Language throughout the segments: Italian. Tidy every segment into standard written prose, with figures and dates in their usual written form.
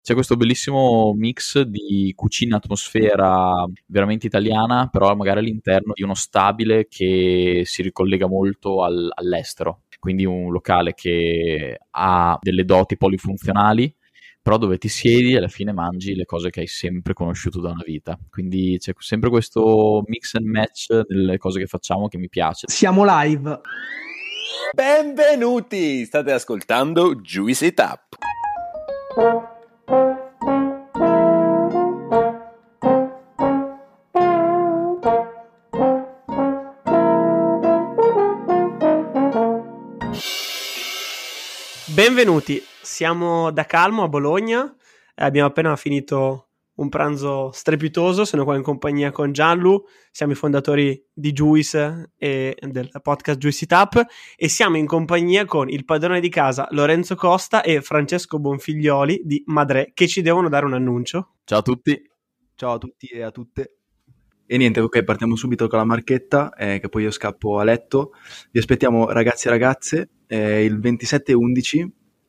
C'è questo bellissimo mix di cucina atmosfera veramente italiana, però magari all'interno di uno stabile che si ricollega molto all'estero. Quindi un locale che ha delle doti polifunzionali, però dove ti siedi e alla fine mangi le cose che hai sempre conosciuto da una vita. Quindi c'è sempre questo mix and match delle cose che facciamo che mi piace. Siamo live. Benvenuti! State ascoltando Juice It Up. Benvenuti, siamo da Calmo a Bologna, abbiamo appena finito un pranzo strepitoso, sono qua in compagnia con Gianlu, siamo i fondatori di Juice e del podcast Juice It Up e siamo in compagnia con il padrone di casa Lorenzo Costa e Francesco Bonfiglioli di Madre che ci devono dare un annuncio. Ciao a tutti! Ciao a tutti e a tutte. E niente, ok, partiamo subito con la marchetta, che poi io scappo a letto. Vi aspettiamo ragazzi e ragazze il 27/11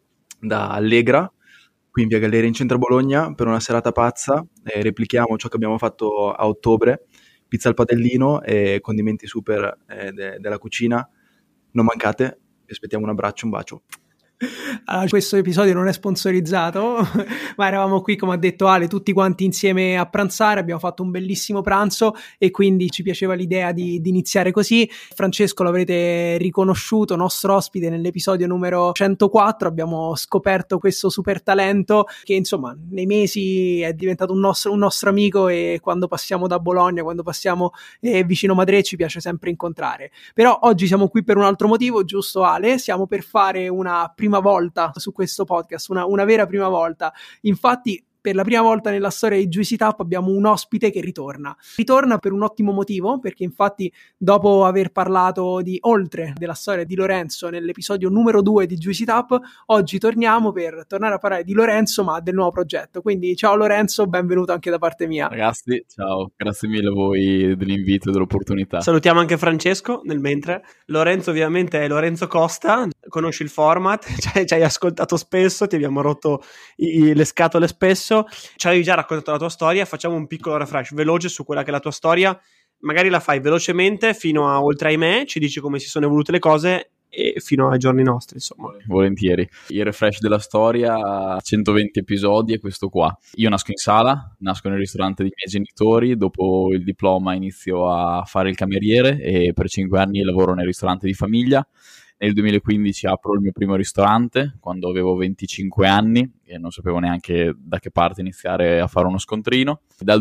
da Allegra, qui in via Galleria in centro a Bologna, per una serata pazza. Replichiamo ciò che abbiamo fatto a ottobre, pizza al padellino e condimenti super della cucina. Non mancate, vi aspettiamo, un abbraccio, un bacio. Allora, questo episodio non è sponsorizzato, ma eravamo qui, come ha detto Ale, tutti quanti insieme a pranzare, abbiamo fatto un bellissimo pranzo e quindi ci piaceva l'idea di iniziare così. Francesco l'avrete riconosciuto, nostro ospite nell'episodio numero 104, abbiamo scoperto questo super talento che insomma nei mesi è diventato un nostro amico e quando passiamo da Bologna, quando passiamo vicino Madre ci piace sempre incontrare. Però oggi siamo qui per un altro motivo, giusto Ale? Siamo per fare una prima volta su questo podcast, una vera prima volta. Infatti per la prima volta nella storia di Juice It Up abbiamo un ospite che ritorna per un ottimo motivo, perché infatti dopo aver parlato di oltre della storia di Lorenzo nell'episodio numero 2 di Juice It Up, oggi torniamo per tornare a parlare di Lorenzo ma del nuovo progetto. Quindi ciao Lorenzo, benvenuto anche da parte mia. Ragazzi, ciao, grazie mille a voi dell'invito e dell'opportunità. Salutiamo anche Francesco nel mentre. Lorenzo ovviamente è Lorenzo Costa, conosci il format, ci hai ascoltato spesso, ti abbiamo rotto le scatole spesso. Ci avevi già raccontato la tua storia, facciamo un piccolo refresh veloce su quella che è la tua storia, magari la fai velocemente fino a oltre ai me, ci dici come si sono evolute le cose e fino ai giorni nostri, insomma. Volentieri. Il refresh della storia, 120 episodi è questo qua. Io nasco in sala, nasco nel ristorante dei miei genitori, dopo il diploma inizio a fare il cameriere e per 5 anni lavoro nel ristorante di famiglia. Nel 2015 apro il mio primo ristorante, quando avevo 25 anni e non sapevo neanche da che parte iniziare a fare uno scontrino. Dal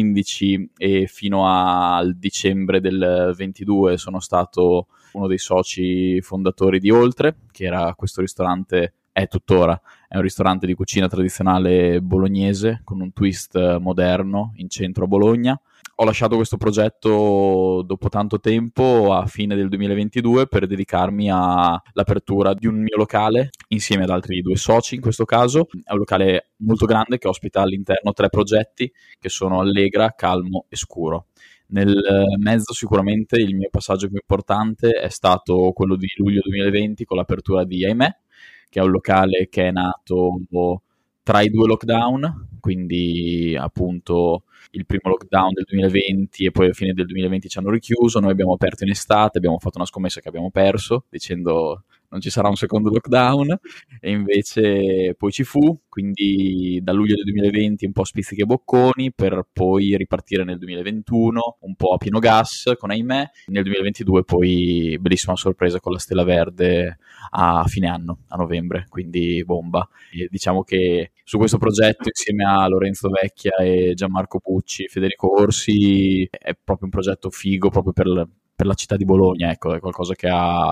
2015 e fino al dicembre del 22 sono stato uno dei soci fondatori di Oltre, che era questo ristorante, è tuttora, è un ristorante di cucina tradizionale bolognese con un twist moderno in centro a Bologna. Ho lasciato questo progetto dopo tanto tempo, a fine del 2022, per dedicarmi all'apertura di un mio locale insieme ad altri 2 soci in questo caso. È un locale molto grande che ospita all'interno 3 progetti che sono Allegra, Calmo e Scuro. Nel mezzo sicuramente il mio passaggio più importante è stato quello di luglio 2020 con l'apertura di Ahimè, che è un locale che è nato tra i 2 lockdown, quindi appunto il primo lockdown del 2020 e poi a fine del 2020 ci hanno richiuso, noi abbiamo aperto in estate, abbiamo fatto una scommessa che abbiamo perso dicendo non ci sarà un secondo lockdown e invece poi ci fu, quindi da luglio del 2020 un po' spizzichi e bocconi per poi ripartire nel 2021 un po' a pieno gas con Ahimè, nel 2022 poi bellissima sorpresa con la Stella Verde a fine anno, a novembre, quindi bomba. E diciamo che su questo progetto insieme a Lorenzo Vecchia e Gianmarco Pucci, Federico Orsi è proprio un progetto figo proprio per la città di Bologna, ecco, è qualcosa che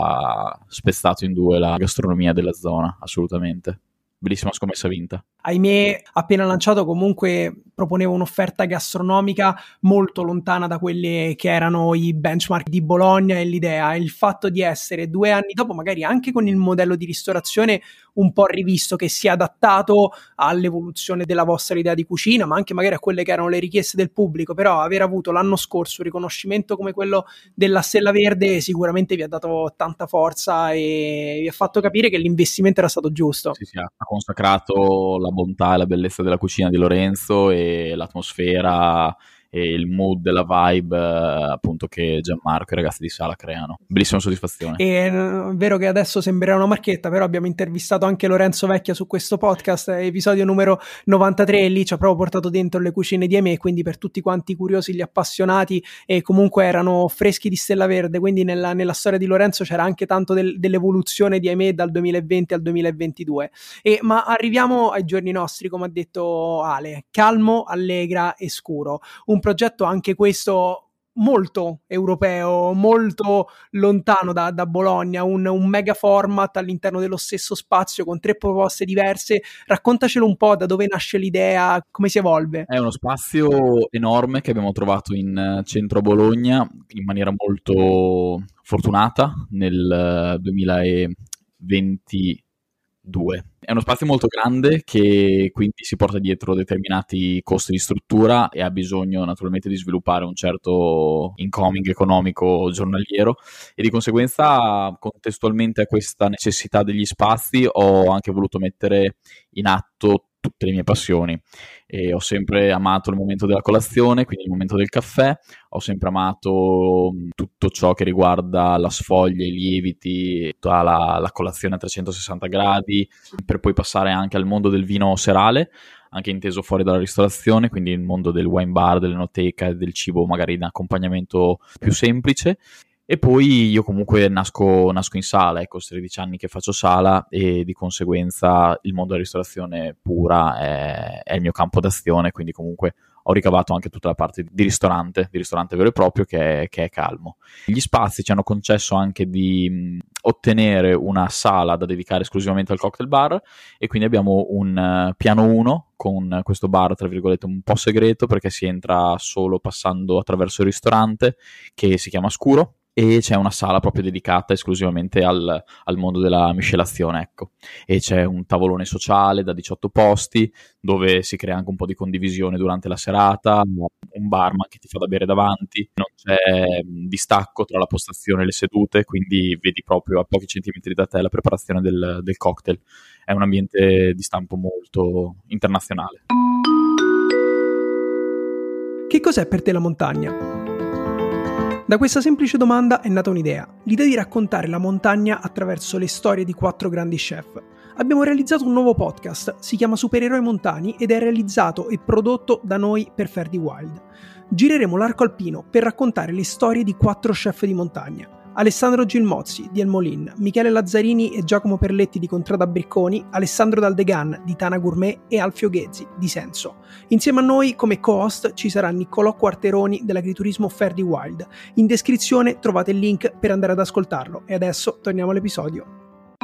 ha spezzato in 2 la gastronomia della zona, assolutamente. Bellissima scommessa vinta. Ahimè, appena lanciato comunque proponeva un'offerta gastronomica molto lontana da quelle che erano i benchmark di Bologna e l'idea, il fatto di essere 2 anni dopo, magari anche con il modello di ristorazione un po' rivisto, che sia adattato all'evoluzione della vostra idea di cucina, ma anche magari a quelle che erano le richieste del pubblico. Però aver avuto l'anno scorso un riconoscimento come quello della Stella Verde sicuramente vi ha dato tanta forza e vi ha fatto capire che l'investimento era stato giusto. Sì, ha consacrato la bontà e la bellezza della cucina di Lorenzo e l'atmosfera e il mood, la vibe appunto che Gianmarco e i ragazzi di Sala creano. Bellissima soddisfazione. E è vero che adesso sembrerà una marchetta, però abbiamo intervistato anche Lorenzo Vecchia su questo podcast, episodio numero 93, e lì ci ha proprio portato dentro le cucine di Aimé, quindi per tutti quanti i curiosi, gli appassionati, e comunque erano freschi di Stella Verde, quindi nella storia di Lorenzo c'era anche tanto dell'evoluzione di Aimé dal 2020 al 2022. Ma arriviamo ai giorni nostri, come ha detto Ale: calmo, allegra e scuro. Un progetto anche questo molto europeo, molto lontano da Bologna, un mega format all'interno dello stesso spazio con 3 proposte diverse. Raccontacelo un po', da dove nasce l'idea, come si evolve. È uno spazio enorme che abbiamo trovato in centro a Bologna in maniera molto fortunata nel 2022. È uno spazio molto grande che quindi si porta dietro determinati costi di struttura e ha bisogno naturalmente di sviluppare un certo incoming economico giornaliero, e di conseguenza, contestualmente a questa necessità degli spazi, ho anche voluto mettere in atto tutte le mie passioni. E ho sempre amato il momento della colazione, quindi il momento del caffè. Ho sempre amato tutto ciò che riguarda la sfoglia, i lieviti, tutta la colazione a 360 gradi, per poi passare anche al mondo del vino serale, anche inteso fuori dalla ristorazione, quindi il mondo del wine bar, dell'enoteca e del cibo magari in accompagnamento più semplice. E poi io comunque nasco in sala, ecco, 13 anni che faccio sala, e di conseguenza il mondo della ristorazione pura è il mio campo d'azione, quindi comunque ho ricavato anche tutta la parte di ristorante vero e proprio che è calmo. Gli spazi ci hanno concesso anche di ottenere una sala da dedicare esclusivamente al cocktail bar, e quindi abbiamo un piano 1 con questo bar tra virgolette un po' segreto, perché si entra solo passando attraverso il ristorante, che si chiama Scuro, e c'è una sala proprio dedicata esclusivamente al mondo della miscelazione, ecco. E c'è un tavolone sociale da 18 posti dove si crea anche un po' di condivisione durante la serata, un barman che ti fa da bere davanti, non c'è distacco tra la postazione e le sedute, quindi vedi proprio a pochi centimetri da te la preparazione del cocktail. È un ambiente di stampo molto internazionale. Che cos'è per te la montagna? Da questa semplice domanda è nata un'idea, l'idea di raccontare la montagna attraverso le storie di 4 grandi chef. Abbiamo realizzato un nuovo podcast, si chiama Supereroi Montani ed è realizzato e prodotto da noi per Ferdi Wild. Gireremo l'arco alpino per raccontare le storie di 4 chef di montagna: Alessandro Gilmozzi di El Molin, Michele Lazzarini e Giacomo Perletti di Contrada Bricconi, Alessandro Daldegan di Tana Gourmet e Alfio Ghezzi di Senso. Insieme a noi come co-host ci sarà Niccolò Quarteroni dell'agriturismo Ferdi Wild. In descrizione trovate il link per andare ad ascoltarlo, e adesso torniamo all'episodio.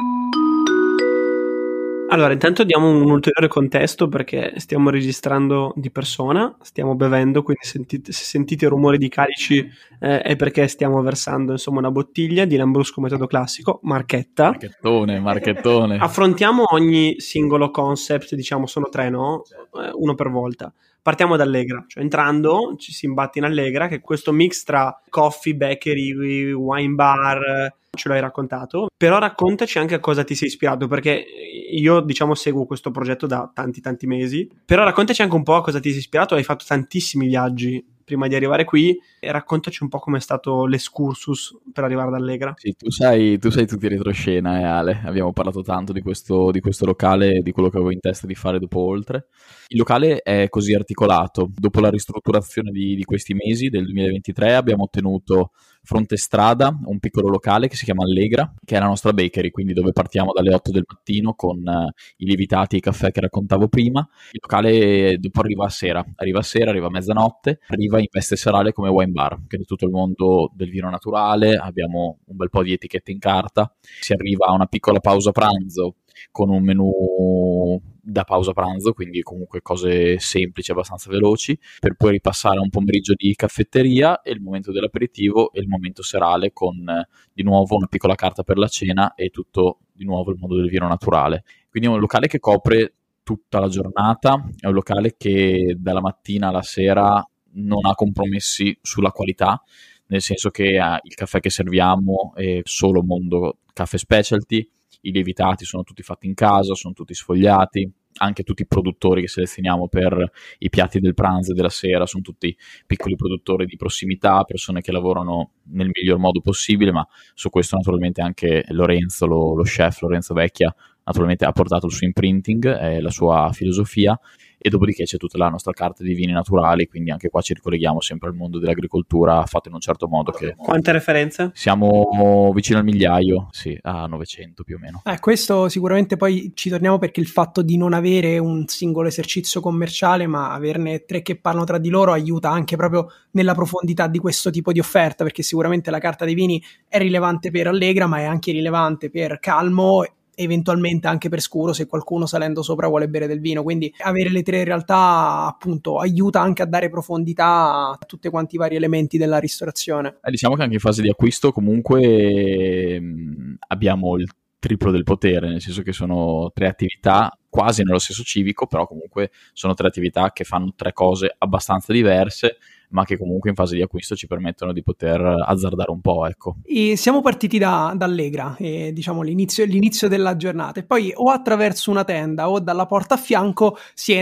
Allora, intanto diamo un ulteriore contesto, perché stiamo registrando di persona, stiamo bevendo, quindi se sentite rumori di calici è perché stiamo versando insomma una bottiglia di Lambrusco metodo classico, marchetta. Marchettone. Affrontiamo ogni singolo concept, diciamo sono 3, no? Uno per volta. Partiamo da Allegra, cioè entrando ci si imbatte in Allegra, che è questo mix tra coffee, bakery, wine bar. Ce l'hai raccontato, però raccontaci anche a cosa ti sei ispirato, perché io diciamo seguo questo progetto da tanti mesi, però raccontaci anche un po' a cosa ti sei ispirato. Hai fatto tantissimi viaggi prima di arrivare qui, e raccontaci un po' com'è stato l'escursus per arrivare ad Allegra. Sì, tu sei tutti retroscena, Ale. Abbiamo parlato tanto di questo locale e di quello che avevo in testa di fare dopo Oltre. Il locale è così articolato. Dopo la ristrutturazione di questi mesi del 2023 abbiamo ottenuto fronte strada un piccolo locale che si chiama Allegra, che è la nostra bakery, quindi dove partiamo dalle 8 del mattino con i lievitati e i caffè che raccontavo prima. Il locale dopo arriva a sera, arriva a mezzanotte, arriva in veste serale come wine bar, quindi tutto il mondo del vino naturale. Abbiamo un bel po' di etichette in carta, si arriva a una piccola pausa pranzo con un menù da pausa pranzo, quindi comunque cose semplici, abbastanza veloci, per poi ripassare a un pomeriggio di caffetteria e il momento dell'aperitivo e il momento serale con di nuovo una piccola carta per la cena e tutto di nuovo il mondo del vino naturale. Quindi è un locale che copre tutta la giornata, è un locale che dalla mattina alla sera non ha compromessi sulla qualità, nel senso che il caffè che serviamo è solo mondo caffè specialty, i lievitati sono tutti fatti in casa, sono tutti sfogliati, anche tutti i produttori che selezioniamo per i piatti del pranzo e della sera sono tutti piccoli produttori di prossimità, persone che lavorano nel miglior modo possibile, ma su questo naturalmente anche Lorenzo, lo chef Lorenzo Vecchia, naturalmente ha portato il suo imprinting, la sua filosofia, e dopodiché c'è tutta la nostra carta di vini naturali, quindi anche qua ci ricolleghiamo sempre al mondo dell'agricoltura fatto in un certo modo. Quante referenze? Siamo vicino al migliaio, sì, a 900 più o meno. Questo sicuramente poi ci torniamo, perché il fatto di non avere un singolo esercizio commerciale ma averne 3 che parlano tra di loro aiuta anche proprio nella profondità di questo tipo di offerta, perché sicuramente la carta dei vini è rilevante per Allegra ma è anche rilevante per Calmo, eventualmente anche per Scuro se qualcuno salendo sopra vuole bere del vino, quindi avere le 3 in realtà appunto aiuta anche a dare profondità a tutti quanti i vari elementi della ristorazione. Diciamo che anche in fase di acquisto comunque abbiamo il triplo del potere, nel senso che sono 3 attività quasi nello stesso civico, però comunque sono 3 attività che fanno 3 cose abbastanza diverse, ma che comunque in fase di acquisto ci permettono di poter azzardare un po', ecco. E siamo partiti da Allegra, diciamo l'inizio della giornata, e poi o attraverso una tenda o dalla porta a fianco si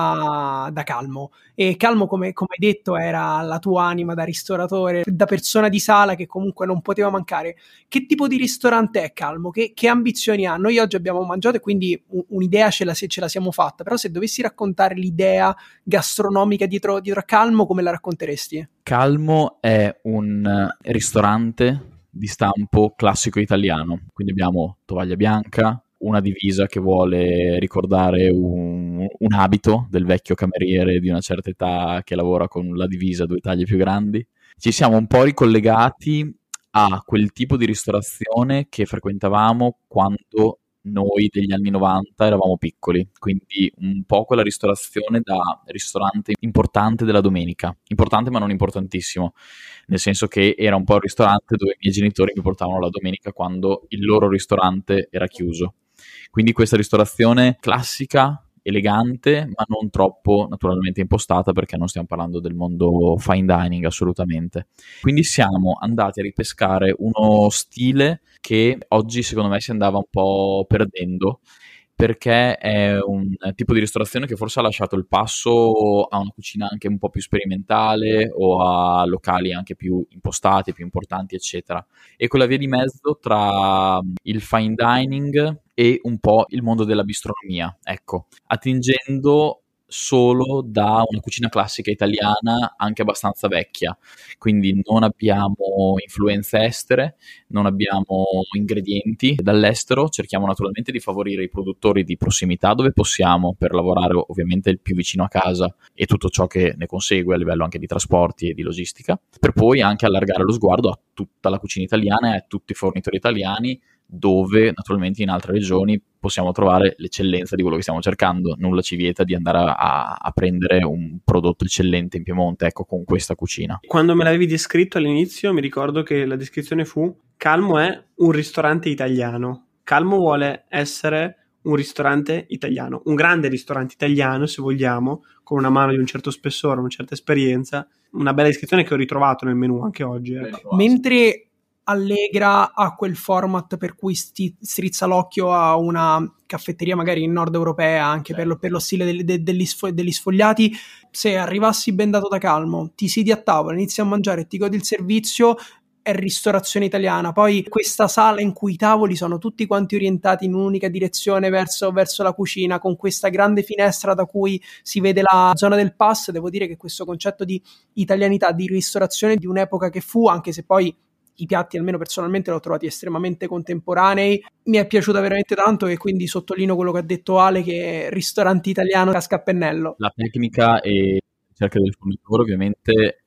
entra da Calmo. E Calmo, come hai detto, era la tua anima da ristoratore, da persona di sala che comunque non poteva mancare. Che tipo di ristorante è Calmo? Che ambizioni ha? Noi oggi abbiamo mangiato e quindi un'idea ce la siamo fatta, però se dovessi raccontare l'idea gastronomica dietro a Calmo, come la racconteresti? Calmo è un ristorante di stampo classico italiano, quindi abbiamo tovaglia bianca, una divisa che vuole ricordare un abito del vecchio cameriere di una certa età che lavora con la divisa 2 taglie più grandi. Ci siamo un po' ricollegati a quel tipo di ristorazione che frequentavamo quando noi degli anni 90 eravamo piccoli, quindi un po' quella ristorazione da ristorante importante della domenica, importante ma non importantissimo, nel senso che era un po' il ristorante dove i miei genitori mi portavano la domenica quando il loro ristorante era chiuso. Quindi questa ristorazione classica, elegante, ma non troppo naturalmente impostata, perché non stiamo parlando del mondo fine dining assolutamente. Quindi siamo andati a ripescare uno stile che oggi secondo me si andava un po' perdendo, perché è un tipo di ristorazione che forse ha lasciato il passo a una cucina anche un po' più sperimentale o a locali anche più impostati, più importanti, eccetera. E quella via di mezzo tra il fine dining e un po' il mondo della bistronomia, ecco, attingendo solo da una cucina classica italiana anche abbastanza vecchia, quindi non abbiamo influenze estere, non abbiamo ingredienti dall'estero, cerchiamo naturalmente di favorire i produttori di prossimità dove possiamo, per lavorare ovviamente il più vicino a casa e tutto ciò che ne consegue a livello anche di trasporti e di logistica, per poi anche allargare lo sguardo a tutta la cucina italiana e a tutti i fornitori italiani, dove naturalmente in altre regioni possiamo trovare l'eccellenza di quello che stiamo cercando. Nulla ci vieta di andare a prendere un prodotto eccellente in Piemonte, ecco, con questa cucina. Quando me l'avevi descritto all'inizio mi ricordo che la descrizione fu: Calmo è un ristorante italiano. Calmo vuole essere un ristorante italiano, un grande ristorante italiano, se vogliamo, con una mano di un certo spessore, una certa esperienza. Una bella descrizione che ho ritrovato nel menù anche oggi, ecco. Mentre Allegra ha quel format per cui strizza l'occhio a una caffetteria magari in nord europea, anche per lo stile degli sfogliati, se arrivassi bendato da Calmo, ti siedi a tavola, inizi a mangiare e ti godi il servizio, è ristorazione italiana. Poi questa sala in cui i tavoli sono tutti quanti orientati in un'unica direzione verso la cucina, con questa grande finestra da cui si vede la zona del pass. Devo dire che questo concetto di italianità, di ristorazione di un'epoca che fu, anche se poi i piatti almeno personalmente l'ho trovati estremamente contemporanei, mi è piaciuta veramente tanto, e quindi sottolineo quello che ha detto Ale, che ristorante italiano casca a pennello. La tecnica e la ricerca del fornitore ovviamente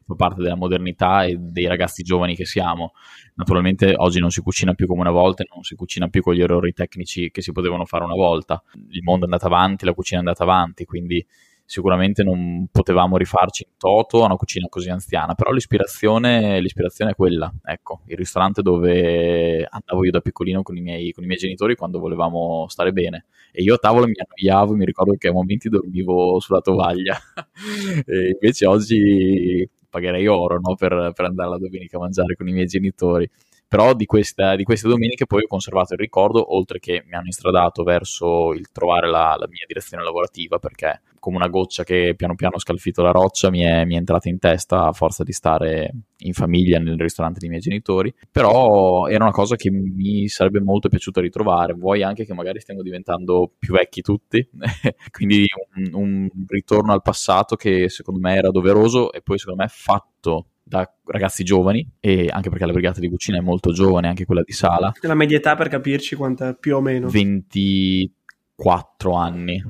fa parte della modernità e dei ragazzi giovani che siamo. Naturalmente oggi non si cucina più come una volta, non si cucina più con gli errori tecnici che si potevano fare una volta. Il mondo è andato avanti, la cucina è andata avanti, quindi sicuramente non potevamo rifarci in toto a una cucina così anziana, però l'ispirazione è quella, ecco, il ristorante dove andavo io da piccolino con i miei genitori quando volevamo stare bene, e io a tavola mi annoiavo, mi ricordo che a momenti dormivo sulla tovaglia, e invece oggi pagherei oro, no, per andare la domenica a mangiare con i miei genitori. Però di queste domeniche poi ho conservato il ricordo, oltre che mi hanno instradato verso il trovare la mia direzione lavorativa, perché come una goccia che piano piano ha scalfito la roccia mi è entrata in testa a forza di stare in famiglia nel ristorante dei miei genitori. Però era una cosa che mi sarebbe molto piaciuto ritrovare, vuoi anche che magari stiamo diventando più vecchi tutti, quindi un ritorno al passato che secondo me era doveroso e poi secondo me fatto da ragazzi giovani, e anche perché la brigata di cucina è molto giovane, anche quella di sala. La media età, per capirci, quanta più o meno? 24 anni.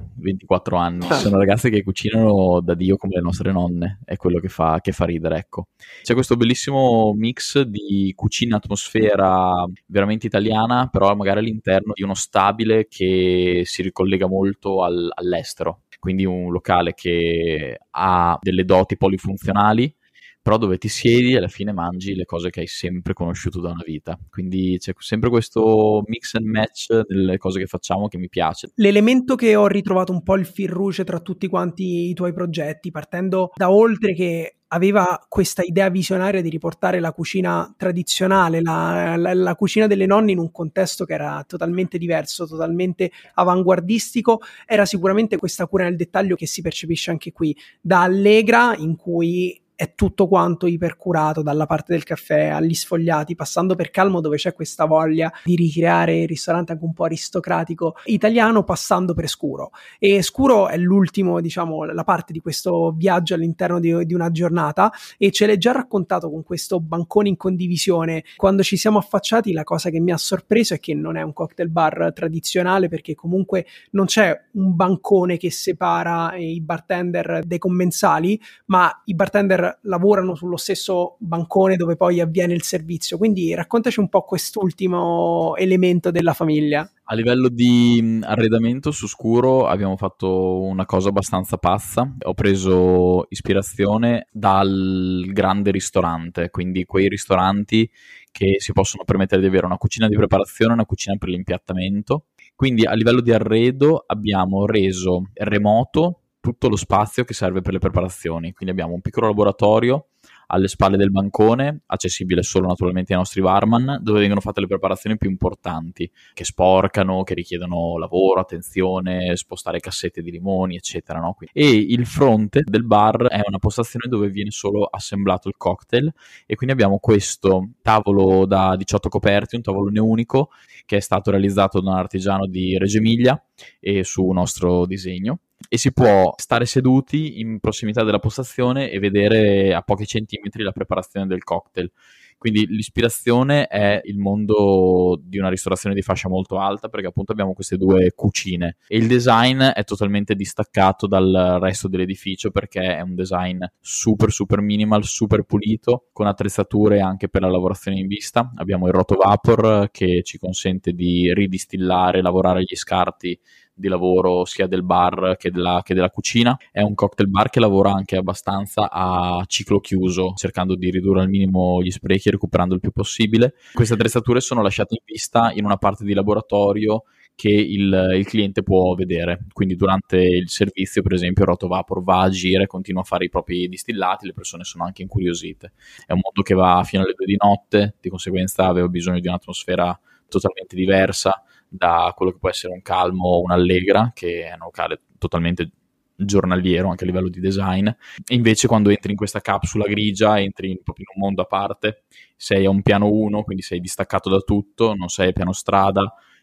Sono ragazze che cucinano da Dio come le nostre nonne, è quello che fa ridere, ecco. C'è questo bellissimo mix di cucina atmosfera veramente italiana, però magari all'interno di uno stabile che si ricollega molto all'estero, quindi un locale che ha delle doti polifunzionali, però dove ti siedi e alla fine mangi le cose che hai sempre conosciuto da una vita. Quindi c'è sempre questo mix and match delle cose che facciamo che mi piace. L'elemento che ho ritrovato un po' il fil rouge tra tutti quanti i tuoi progetti, partendo da Oltre, che aveva questa idea visionaria di riportare la cucina tradizionale, la cucina delle nonne in un contesto che era totalmente diverso, totalmente avanguardistico, era sicuramente questa cura nel dettaglio che si percepisce anche qui, da Allegra, in cui è tutto quanto ipercurato, dalla parte del caffè agli sfogliati, passando per Calmo, dove c'è questa voglia di ricreare il ristorante anche un po' aristocratico italiano, passando per Scuro. E Scuro è l'ultimo, diciamo, la parte di questo viaggio all'interno di una giornata, e ce l'hai già raccontato con questo bancone in condivisione. Quando ci siamo affacciati, la cosa che mi ha sorpreso è che non è un cocktail bar tradizionale, perché comunque non c'è un bancone che separa i bartender dai commensali, ma i bartender lavorano sullo stesso bancone dove poi avviene il servizio. Quindi raccontaci un po' quest'ultimo elemento della famiglia. A livello di arredamento su Scuro abbiamo fatto una cosa abbastanza pazza. Ho preso ispirazione dal grande ristorante, quindi quei ristoranti che si possono permettere di avere una cucina di preparazione e una cucina per l'impiattamento. Quindi a livello di arredo abbiamo reso remoto tutto lo spazio che serve per le preparazioni, quindi abbiamo un piccolo laboratorio alle spalle del bancone, accessibile solo naturalmente ai nostri barman, dove vengono fatte le preparazioni più importanti, che sporcano, che richiedono lavoro, attenzione, spostare cassette di limoni, eccetera, no? E il fronte del bar è una postazione dove viene solo assemblato il cocktail, e quindi abbiamo questo tavolo da 18 coperti, un tavolone unico, che è stato realizzato da un artigiano di Reggio Emilia e su nostro disegno, e si può stare seduti in prossimità della postazione e vedere a pochi centimetri la preparazione del cocktail. Quindi l'ispirazione è il mondo di una ristorazione di fascia molto alta, perché appunto abbiamo queste due cucine, e il design è totalmente distaccato dal resto dell'edificio, perché è un design super super minimal, super pulito, con attrezzature anche per la lavorazione in vista. Abbiamo il rotovapor che ci consente di ridistillare, lavorare gli scarti di lavoro sia del bar che della cucina. È un cocktail bar che lavora anche abbastanza a ciclo chiuso, cercando di ridurre al minimo gli sprechi e recuperando il più possibile. Queste attrezzature sono lasciate in vista in una parte di laboratorio che il cliente può vedere, quindi durante il servizio per esempio il rotovapor va a agire, continua a fare i propri distillati, le persone sono anche incuriosite. È un mondo che va fino alle 2 di notte, di conseguenza avevo bisogno di un'atmosfera totalmente diversa da quello che può essere un Calmo o un'Allegra, che è un locale totalmente giornaliero anche a livello di design. E invece quando entri in questa capsula grigia entri proprio in un mondo a parte, sei a un piano 1, quindi sei distaccato da tutto, non sei a piano strada,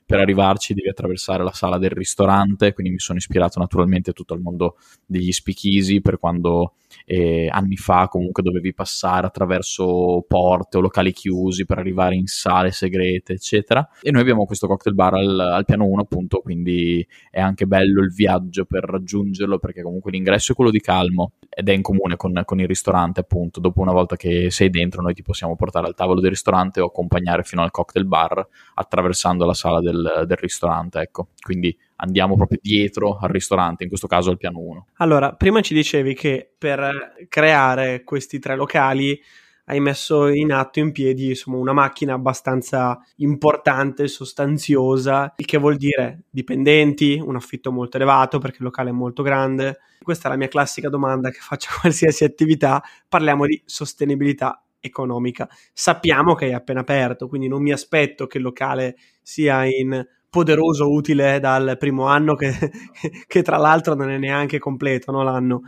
per arrivarci devi attraversare la sala del ristorante, quindi mi sono ispirato naturalmente a tutto il mondo degli speakeasy, per quando anni fa comunque dovevi passare attraverso porte o locali chiusi per arrivare in sale segrete, eccetera. E noi abbiamo questo cocktail bar al piano 1, appunto, quindi è anche bello il viaggio per raggiungerlo, perché comunque l'ingresso è quello di Calmo ed è in comune con il ristorante, appunto. Dopo, una volta che sei dentro, noi ti possiamo portare al tavolo del ristorante o accompagnare fino al cocktail bar attraversando la sala del ristorante, ecco. Quindi andiamo proprio dietro al ristorante, in questo caso al piano 1. Allora, prima ci dicevi che per creare questi 3 locali hai messo in atto, in piedi, insomma, una macchina abbastanza importante, sostanziosa, il che vuol dire dipendenti, un affitto molto elevato perché il locale è molto grande. Questa è la mia classica domanda che faccio a qualsiasi attività. Parliamo di sostenibilità economica. Sappiamo che è appena aperto, quindi non mi aspetto che il locale sia in poderoso utile dal primo anno, che tra l'altro non è neanche completo, no, l'anno.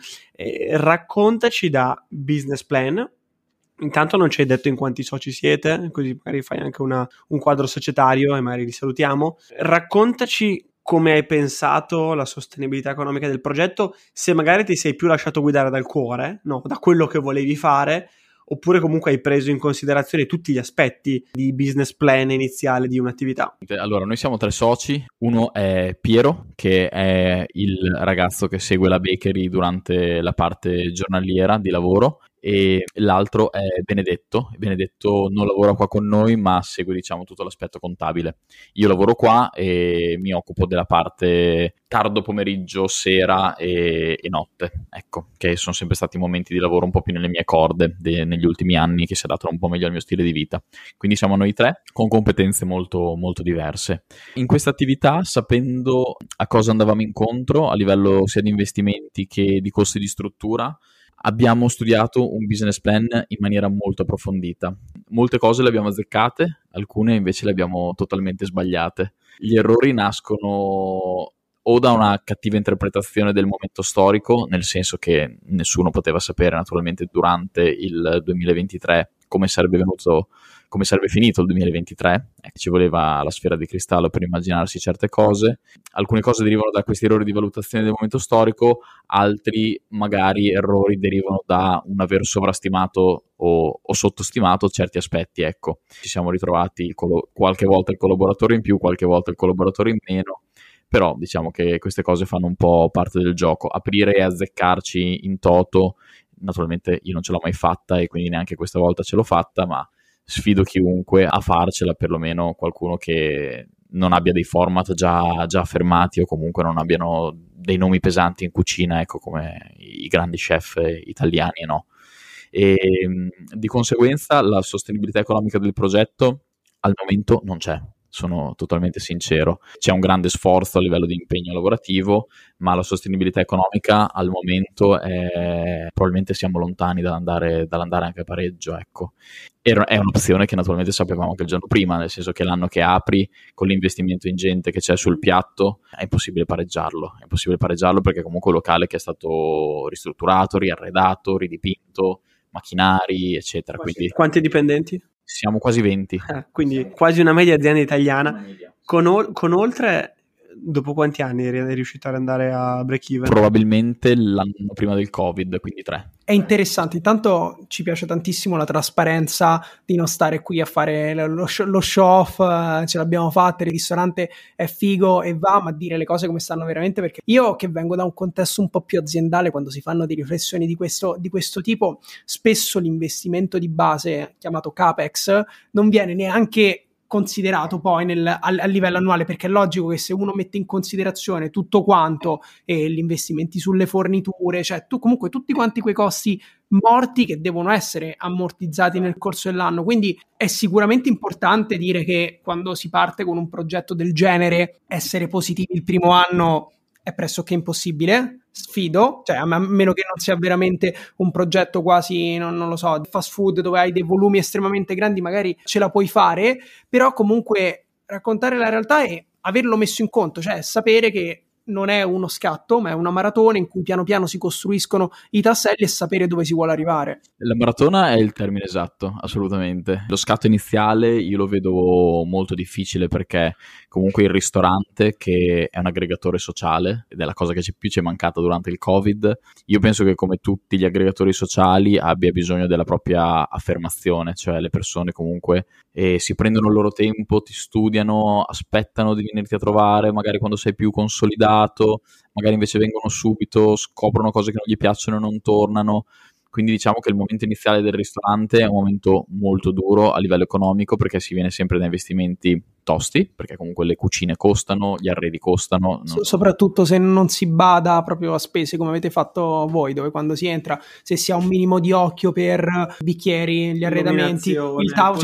Raccontaci da business plan. Intanto non ci hai detto in quanti soci siete, così magari fai anche un quadro societario e magari li salutiamo. Raccontaci come hai pensato la sostenibilità economica del progetto, se magari ti sei più lasciato guidare dal cuore, no, da quello che volevi fare, oppure comunque hai preso in considerazione tutti gli aspetti di business plan iniziale di un'attività. Allora, noi siamo 3 soci. Uno è Piero, che è il ragazzo che segue la bakery durante la parte giornaliera di lavoro, e l'altro è Benedetto. Benedetto non lavora qua con noi, ma segue, diciamo, tutto l'aspetto contabile. Io lavoro qua e mi occupo della parte tardo pomeriggio, sera e notte, ecco, che sono sempre stati momenti di lavoro un po' più nelle mie corde negli ultimi anni, che si adattano un po' meglio al mio stile di vita. Quindi siamo noi 3 con competenze molto, molto diverse. In questa attività, sapendo a cosa andavamo incontro a livello sia di investimenti che di costi di struttura, abbiamo studiato un business plan in maniera molto approfondita. Molte cose le abbiamo azzeccate, alcune invece le abbiamo totalmente sbagliate. Gli errori nascono o da una cattiva interpretazione del momento storico, nel senso che nessuno poteva sapere naturalmente durante il 2023 come sarebbe finito il 2023, ci voleva la sfera di cristallo per immaginarsi certe cose. Alcune cose derivano da questi errori di valutazione del momento storico, altri magari errori derivano da un aver sovrastimato o sottostimato certi aspetti, ecco. Ci siamo ritrovati qualche volta il collaboratore in più, qualche volta il collaboratore in meno, però diciamo che queste cose fanno un po' parte del gioco. Aprire e azzeccarci in toto, naturalmente io non ce l'ho mai fatta e quindi neanche questa volta ce l'ho fatta, ma sfido chiunque a farcela, perlomeno qualcuno che non abbia dei format già affermati o comunque non abbiano dei nomi pesanti in cucina, ecco, come i grandi chef italiani, no? E di conseguenza la sostenibilità economica del progetto al momento non c'è. Sono totalmente sincero, c'è un grande sforzo a livello di impegno lavorativo, ma la sostenibilità economica al momento probabilmente siamo lontani dall'andare anche a pareggio, ecco. È un'opzione che naturalmente sapevamo anche il giorno prima, nel senso che l'anno che apri con l'investimento ingente che c'è sul piatto è impossibile pareggiarlo perché comunque è un locale che è stato ristrutturato, riarredato, ridipinto, macchinari, eccetera. Quindi quanti dipendenti? Siamo quasi 20. Quindi quasi una media azienda italiana. Con oltre, dopo quanti anni eri riuscito ad andare a break even? Probabilmente l'anno prima del Covid, quindi 3. È interessante, intanto ci piace tantissimo la trasparenza di non stare qui a fare lo show off, ce l'abbiamo fatta, il ristorante è figo e va, ma dire le cose come stanno veramente, perché io che vengo da un contesto un po' più aziendale, quando si fanno delle riflessioni di questo tipo, spesso l'investimento di base, chiamato CAPEX, non viene neanche considerato poi a livello annuale, perché è logico che se uno mette in considerazione tutto quanto gli investimenti sulle forniture, cioè comunque tutti quanti quei costi morti che devono essere ammortizzati nel corso dell'anno, quindi è sicuramente importante dire che quando si parte con un progetto del genere essere positivi il primo anno è pressoché impossibile, sfido, cioè a meno che non sia veramente un progetto quasi, non lo so, fast food dove hai dei volumi estremamente grandi, magari ce la puoi fare, però comunque raccontare la realtà e averlo messo in conto, cioè sapere che non è uno scatto, ma è una maratona in cui piano piano si costruiscono i tasselli e sapere dove si vuole arrivare. La maratona è il termine esatto, assolutamente. Lo scatto iniziale io lo vedo molto difficile perché comunque il ristorante, che è un aggregatore sociale ed è la cosa che ci è mancata durante il Covid, io penso che come tutti gli aggregatori sociali abbia bisogno della propria affermazione, cioè le persone comunque si prendono il loro tempo, ti studiano, aspettano di venirti a trovare, magari quando sei più consolidato, magari invece vengono subito, scoprono cose che non gli piacciono e non tornano. Quindi diciamo che il momento iniziale del ristorante è un momento molto duro a livello economico perché si viene sempre da investimenti tosti, perché comunque le cucine costano, gli arredi costano. Soprattutto se non si bada proprio a spese come avete fatto voi, dove quando si entra, se si ha un minimo di occhio per bicchieri, gli arredamenti, il tavolo,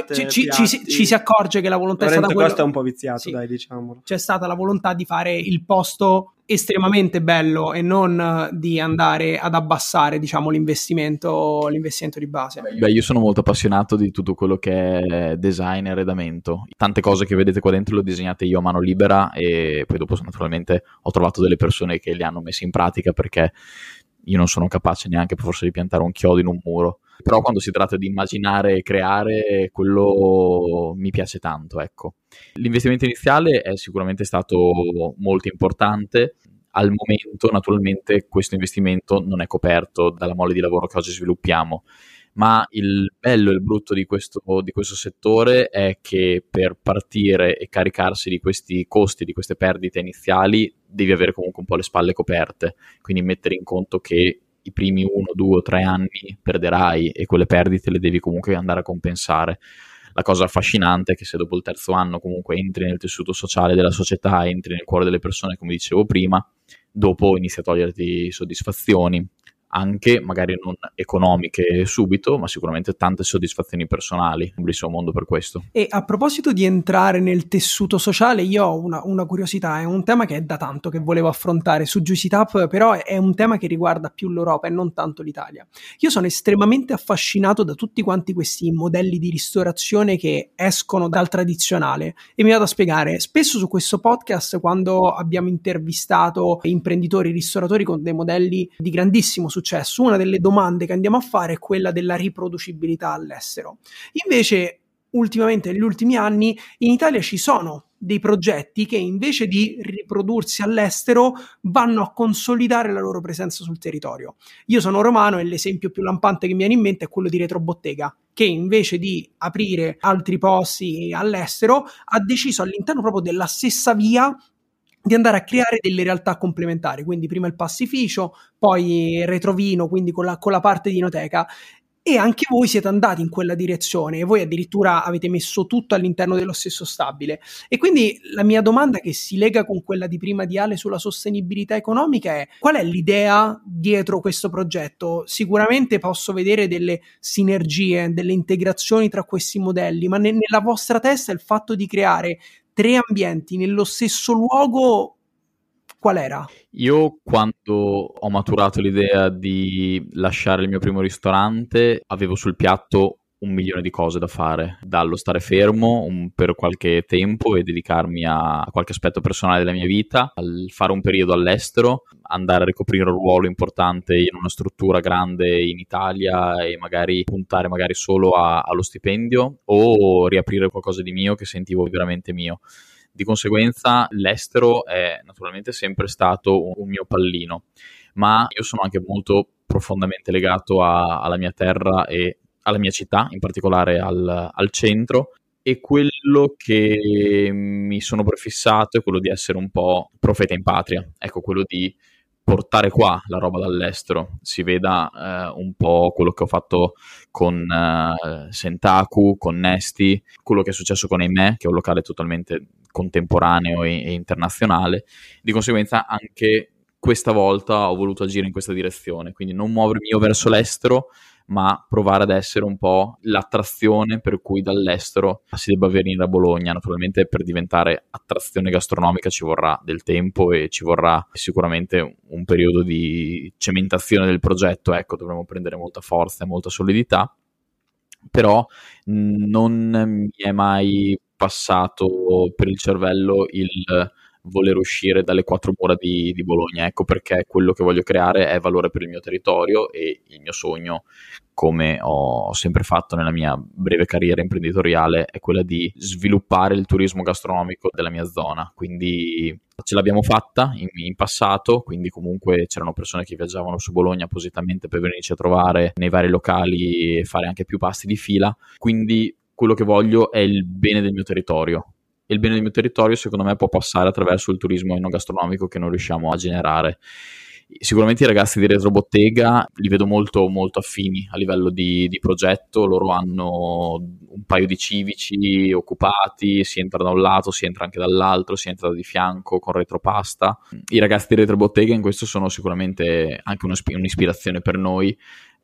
ci si accorge che la volontà è stata quella. Costa è un po' viziato, sì, dai, diciamolo. C'è stata la volontà di fare il posto estremamente bello e non di andare ad abbassare, diciamo, l'investimento di base. Beh, io sono molto appassionato di tutto quello che è design e arredamento. Tante cose che vedete qua dentro le ho disegnate io a mano libera e poi dopo naturalmente ho trovato delle persone che le hanno messe in pratica perché io non sono capace neanche forse di piantare un chiodo in un muro. Però quando si tratta di immaginare e creare, quello mi piace tanto, ecco. L'investimento iniziale è sicuramente stato molto importante. Al momento, naturalmente, questo investimento non è coperto dalla mole di lavoro che oggi sviluppiamo, ma il bello e il brutto di questo settore è che per partire e caricarsi di questi costi, di queste perdite iniziali, devi avere comunque un po' le spalle coperte, quindi mettere in conto che i primi 1, 2 o 3 anni perderai e quelle perdite le devi comunque andare a compensare. La cosa affascinante è che se dopo il terzo anno comunque entri nel tessuto sociale della società, entri nel cuore delle persone, come dicevo prima, dopo inizi a toglierti soddisfazioni, anche magari non economiche subito, ma sicuramente tante soddisfazioni personali. Un bellissimo mondo per questo. E a proposito di entrare nel tessuto sociale, io ho una curiosità, è un tema che è da tanto che volevo affrontare su Juicy Tap, però è un tema che riguarda più l'Europa e non tanto l'Italia. Io sono estremamente affascinato da tutti quanti questi modelli di ristorazione che escono dal tradizionale e mi vado a spiegare. Spesso su questo podcast, quando abbiamo intervistato imprenditori, ristoratori con dei modelli di grandissimo successo, una delle domande che andiamo a fare è quella della riproducibilità all'estero. Invece, ultimamente, negli ultimi anni, in Italia ci sono dei progetti che invece di riprodursi all'estero vanno a consolidare la loro presenza sul territorio. Io sono romano e l'esempio più lampante che mi viene in mente è quello di Retrobottega, che invece di aprire altri posti all'estero ha deciso all'interno proprio della stessa via di andare a creare delle realtà complementari, quindi prima il pastificio, poi retrovino, quindi con la parte di inoteca, e anche voi siete andati in quella direzione e voi addirittura avete messo tutto all'interno dello stesso stabile. E quindi la mia domanda, che si lega con quella di prima di Ale sulla sostenibilità economica, è: qual è l'idea dietro questo progetto? Sicuramente posso vedere delle sinergie, delle integrazioni tra questi modelli, ma nella vostra testa il fatto di creare 3 ambienti nello stesso luogo, qual era? Io quando ho maturato l'idea di lasciare il mio primo ristorante avevo sul piatto 1 milione di cose da fare, dallo stare fermo per qualche tempo e dedicarmi a qualche aspetto personale della mia vita, al fare un periodo all'estero, andare a ricoprire un ruolo importante in una struttura grande in Italia e magari puntare magari solo allo stipendio, o riaprire qualcosa di mio che sentivo veramente mio. Di conseguenza l'estero è naturalmente sempre stato un mio pallino, ma io sono anche molto profondamente legato alla mia terra e alla mia città, in particolare al centro, e quello che mi sono prefissato è quello di essere un po' profeta in patria, ecco, quello di portare qua la roba dall'estero. Si veda un po' quello che ho fatto con Sentaku, con Nesti, quello che è successo con Eimè, che è un locale totalmente contemporaneo e internazionale. Di conseguenza anche questa volta ho voluto agire in questa direzione, quindi non muovermi io verso l'estero, ma provare ad essere un po' l'attrazione per cui dall'estero si debba venire a Bologna. Naturalmente per diventare attrazione gastronomica ci vorrà del tempo e ci vorrà sicuramente un periodo di cementazione del progetto, ecco, dovremo prendere molta forza e molta solidità, però non mi è mai passato per il cervello il voler uscire dalle quattro mura di Bologna. Ecco perché quello che voglio creare è valore per il mio territorio, e il mio sogno, come ho sempre fatto nella mia breve carriera imprenditoriale, è quella di sviluppare il turismo gastronomico della mia zona. Quindi ce l'abbiamo fatta in passato, quindi comunque c'erano persone che viaggiavano su Bologna appositamente per venirci a trovare nei vari locali e fare anche più pasti di fila. Quindi quello che voglio è il bene del mio territorio. E il bene del mio territorio, secondo me, può passare attraverso il turismo enogastronomico che non riusciamo a generare. Sicuramente i ragazzi di Retrobottega li vedo molto, molto affini a livello di progetto. Loro hanno un paio di civici occupati, si entra da un lato, si entra anche dall'altro, si entra di fianco con Retropasta. I ragazzi di Retrobottega in questo sono sicuramente anche un'ispirazione per noi,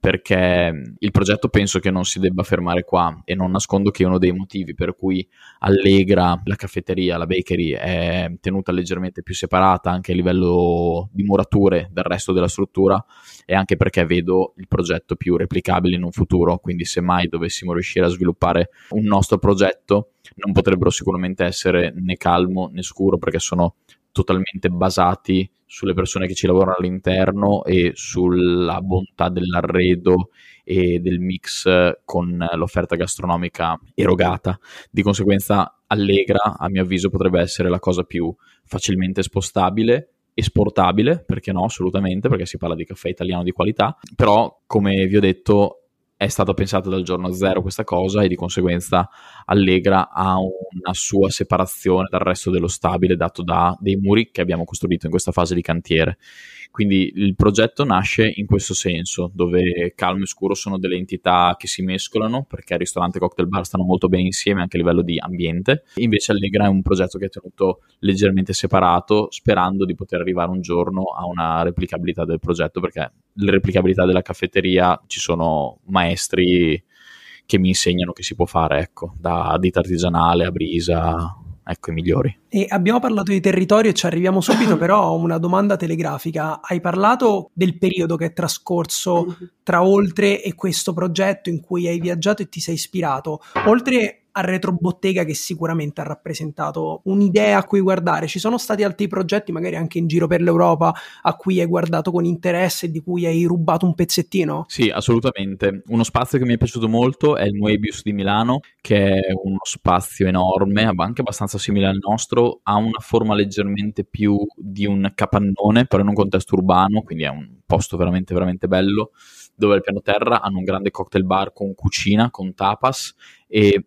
perché il progetto penso che non si debba fermare qua, e non nascondo che uno dei motivi per cui Allegra, la caffetteria, la bakery, è tenuta leggermente più separata anche a livello di murature dal resto della struttura è anche perché vedo il progetto più replicabile in un futuro. Quindi se mai dovessimo riuscire a sviluppare un nostro progetto, non potrebbero sicuramente essere né calmo né scuro, perché sono totalmente basati sulle persone che ci lavorano all'interno e sulla bontà dell'arredo e del mix con l'offerta gastronomica erogata. Di conseguenza Allegra, a mio avviso, potrebbe essere la cosa più facilmente spostabile, esportabile, perché no, assolutamente, perché si parla di caffè italiano di qualità, però come vi ho detto è stata pensata dal giorno zero questa cosa, e di conseguenza Allegra ha una sua separazione dal resto dello stabile dato da dei muri che abbiamo costruito in questa fase di cantiere. Quindi il progetto nasce in questo senso, dove calmo e scuro sono delle entità che si mescolano, perché ristorante e cocktail bar stanno molto bene insieme anche a livello di ambiente. Invece Allegra è un progetto che è tenuto leggermente separato, sperando di poter arrivare un giorno a una replicabilità del progetto, perché la replicabilità della caffetteria ci sono maestri che mi insegnano che si può fare, ecco, da ditta artigianale a brisa, ecco, i migliori. E abbiamo parlato di territorio e ci arriviamo subito, però ho una domanda telegrafica. Hai parlato del periodo che è trascorso tra Oltre e questo progetto in cui hai viaggiato e ti sei ispirato. Oltre a Retrobottega, che sicuramente ha rappresentato un'idea a cui guardare, ci sono stati altri progetti, magari anche in giro per l'Europa, a cui hai guardato con interesse e di cui hai rubato un pezzettino? Sì, assolutamente. Uno spazio che mi è piaciuto molto è il Moebius di Milano, che è uno spazio enorme, anche abbastanza simile al nostro, ha una forma leggermente più di un capannone, però in un contesto urbano, quindi è un posto veramente, veramente bello, dove al piano terra hanno un grande cocktail bar con cucina, con tapas, e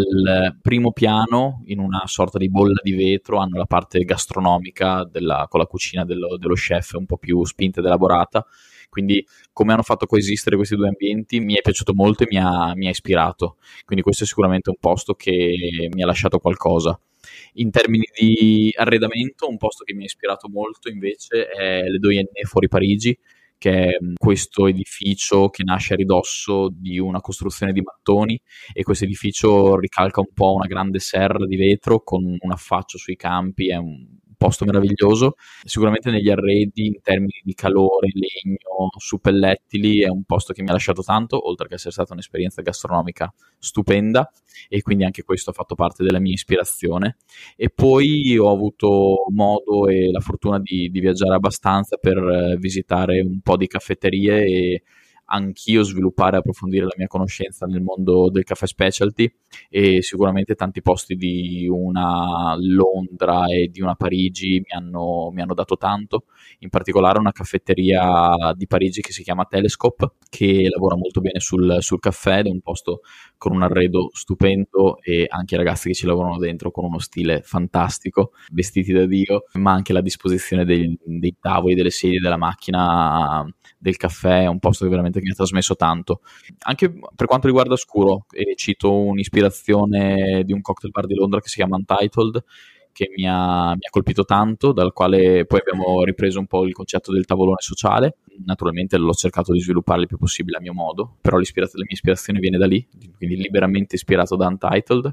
al primo piano, in una sorta di bolla di vetro, hanno la parte gastronomica con la cucina dello chef un po' più spinta ed elaborata. Quindi come hanno fatto coesistere questi due ambienti mi è piaciuto molto e mi ha ispirato. Quindi questo è sicuramente un posto che mi ha lasciato qualcosa. In termini di arredamento, un posto che mi ha ispirato molto invece è Le Doyenné fuori Parigi, che è questo edificio che nasce a ridosso di una costruzione di mattoni, e questo edificio ricalca un po' una grande serra di vetro con un affaccio sui campi. È un posto meraviglioso. Sicuramente negli arredi, in termini di calore, legno, suppellettili, è un posto che mi ha lasciato tanto, oltre che essere stata un'esperienza gastronomica stupenda, e quindi anche questo ha fatto parte della mia ispirazione. E poi ho avuto modo e la fortuna di viaggiare abbastanza per visitare un po' di caffetterie e anch'io sviluppare e approfondire la mia conoscenza nel mondo del caffè specialty, e sicuramente tanti posti di una Londra e di una Parigi mi hanno dato tanto, in particolare una caffetteria di Parigi che si chiama Telescope, che lavora molto bene sul caffè, ed è un posto con un arredo stupendo, e anche i ragazzi che ci lavorano dentro con uno stile fantastico, vestiti da Dio, ma anche la disposizione dei tavoli, delle sedie, della macchina del caffè è un posto che veramente mi ha trasmesso tanto. Anche per quanto riguarda scuro, cito un'ispirazione di un cocktail bar di Londra che si chiama Untitled, che mi ha colpito tanto, dal quale poi abbiamo ripreso un po' il concetto del tavolone sociale. Naturalmente l'ho cercato di sviluppare il più possibile a mio modo, però la mia ispirazione viene da lì, quindi liberamente ispirato da Untitled.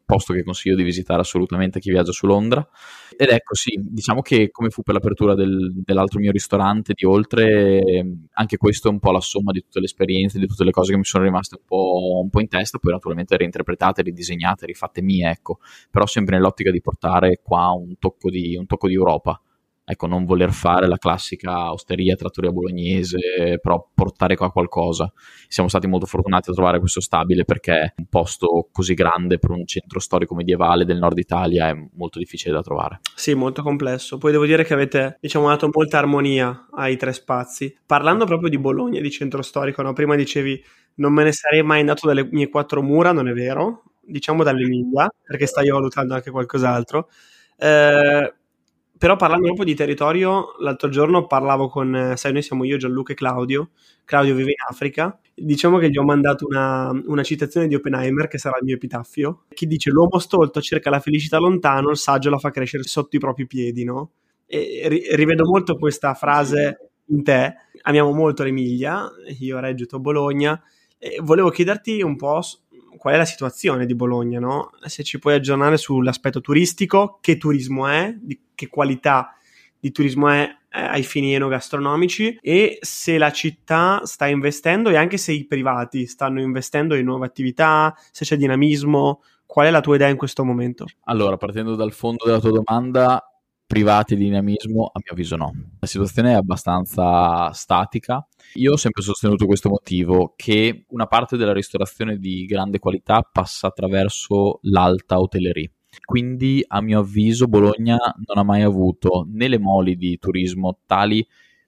posto che consiglio di visitare assolutamente a chi viaggia su Londra. Ed ecco, sì, diciamo che come fu per l'apertura dell'altro mio ristorante di Oltre, anche questo è un po' la somma di tutte le esperienze, di tutte le cose che mi sono rimaste un po' in testa, poi naturalmente reinterpretate, ridisegnate, rifatte mie, ecco, però sempre nell'ottica di portare qua un tocco di Europa. Ecco, non voler fare la classica osteria, trattoria bolognese, però portare qua qualcosa. Siamo stati molto fortunati a trovare questo stabile, perché un posto così grande per un centro storico medievale del nord Italia è molto difficile da trovare. Sì, molto complesso. Poi devo dire che avete, diciamo, dato molta armonia ai 3 spazi. Parlando proprio di Bologna, di centro storico, no? Prima dicevi non me ne sarei mai andato dalle mie 4 mura, non è vero? Diciamo dall'Emilia, perché stai valutando anche qualcos'altro. Però parlando proprio di territorio, l'altro giorno parlavo con, sai, noi siamo io, Gianluca e Claudio vive in Africa, diciamo che gli ho mandato una citazione di Oppenheimer, che sarà il mio epitaffio, che dice: l'uomo stolto cerca la felicità lontano, il saggio la fa crescere sotto i propri piedi, no? E rivedo molto questa frase in te. Amiamo molto l'Emilia, io Reggio, tu Bologna, e volevo chiederti un po' qual è la situazione di Bologna, no? Se ci puoi aggiornare sull'aspetto turistico, che turismo è, che qualità di turismo è ai fini enogastronomici, e se la città sta investendo, e anche se i privati stanno investendo in nuove attività, se c'è dinamismo. Qual è la tua idea in questo momento? Allora, partendo dal fondo della tua domanda, privati e dinamismo, a mio avviso no. La situazione è abbastanza statica. Io ho sempre sostenuto questo motivo, che una parte della ristorazione di grande qualità passa attraverso l'alta hotellerie. Quindi, a mio avviso, Bologna non ha mai avuto né le moli di turismo tali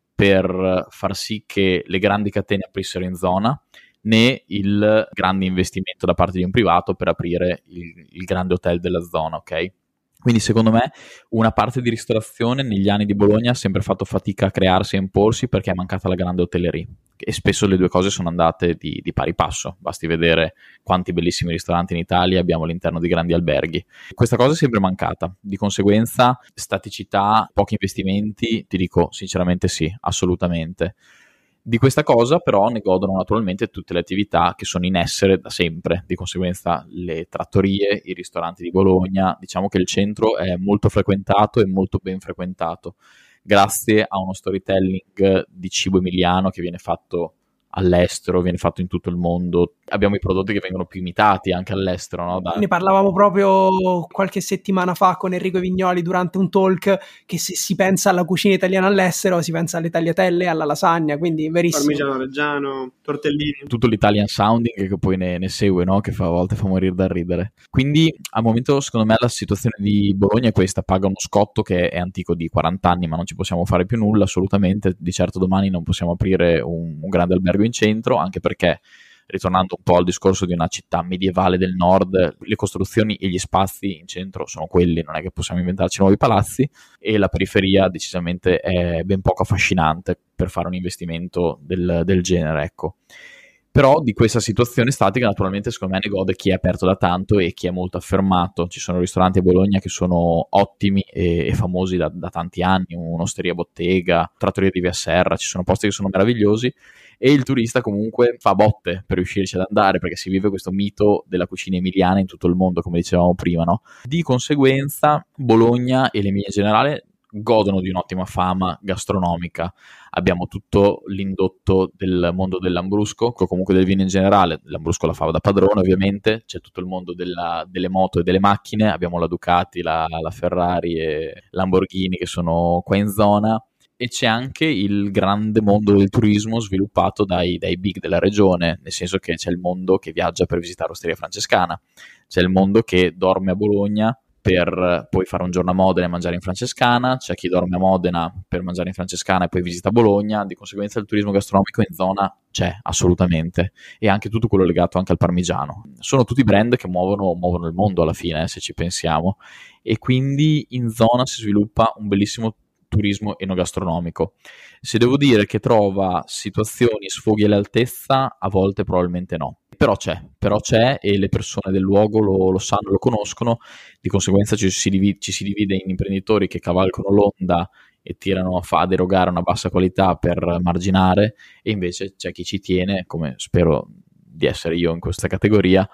per far sì che le grandi catene aprissero in zona, né il grande investimento da parte di un privato per aprire il grande hotel della zona, ok? Quindi secondo me una parte di ristorazione negli anni di Bologna ha sempre fatto fatica a crearsi e imporsi, perché è mancata la grande hotellerie, e spesso le due cose sono andate di pari passo. Basti vedere quanti bellissimi ristoranti in Italia abbiamo all'interno di grandi alberghi. Questa cosa è sempre mancata, di conseguenza staticità, pochi investimenti, ti dico sinceramente sì, assolutamente. Di questa cosa però ne godono naturalmente tutte le attività che sono in essere da sempre, di conseguenza le trattorie, i ristoranti di Bologna. Diciamo che il centro è molto frequentato e molto ben frequentato, grazie a uno storytelling di cibo emiliano che viene fatto all'estero, viene fatto in tutto il mondo. Abbiamo i prodotti che vengono più imitati anche all'estero, no? Ne parlavamo proprio qualche settimana fa con Enrico Vignoli durante un talk, che se si pensa alla cucina italiana all'estero si pensa alle tagliatelle, alla lasagna, quindi verissimo. Parmigiano Reggiano, tortellini. Tutto l'Italian sounding che poi ne segue, no? Che a volte fa morire da ridere. Quindi al momento secondo me la situazione di Bologna è questa: paga uno scotto che è antico di 40 anni, ma non ci possiamo fare più nulla assolutamente. Di certo domani non possiamo aprire un grande albergo in centro, anche perché, ritornando un po' al discorso di una città medievale del nord, le costruzioni e gli spazi in centro sono quelli, non è che possiamo inventarci nuovi palazzi, e la periferia decisamente è ben poco affascinante per fare un investimento del genere, ecco. Però di questa situazione statica naturalmente secondo me ne gode chi è aperto da tanto e chi è molto affermato. Ci sono ristoranti a Bologna che sono ottimi e famosi da tanti anni, un'osteria Bottega, trattoria di Via Serra, ci sono posti che sono meravigliosi, e il turista comunque fa botte per riuscirci ad andare, perché si vive questo mito della cucina emiliana in tutto il mondo, come dicevamo prima, no? Di conseguenza Bologna e l'Emilia in generale godono di un'ottima fama gastronomica. Abbiamo tutto l'indotto del mondo dell'Lambrusco, o comunque del vino in generale. L'Lambrusco la fa da padrone, ovviamente. C'è tutto il mondo delle moto e delle macchine. Abbiamo la Ducati, la Ferrari e Lamborghini che sono qua in zona. E c'è anche il grande mondo del turismo sviluppato dai big della regione, nel senso che c'è il mondo che viaggia per visitare Osteria Francescana, c'è il mondo che dorme a Bologna per poi fare un giorno a Modena e mangiare in Francescana, c'è chi dorme a Modena per mangiare in Francescana e poi visita Bologna. Di conseguenza il turismo gastronomico in zona c'è assolutamente, e anche tutto quello legato anche al parmigiano. Sono tutti brand che muovono il mondo alla fine, se ci pensiamo, e quindi in zona si sviluppa un bellissimo turismo enogastronomico. Se devo dire che trova situazioni, sfoghi all'altezza, a volte probabilmente no. Però c'è e le persone del luogo lo sanno, lo conoscono. Di conseguenza ci si divide in imprenditori che cavalcano l'onda e tirano ad erogare una bassa qualità per marginare, e invece c'è chi ci tiene, come spero di essere io in questa categoria,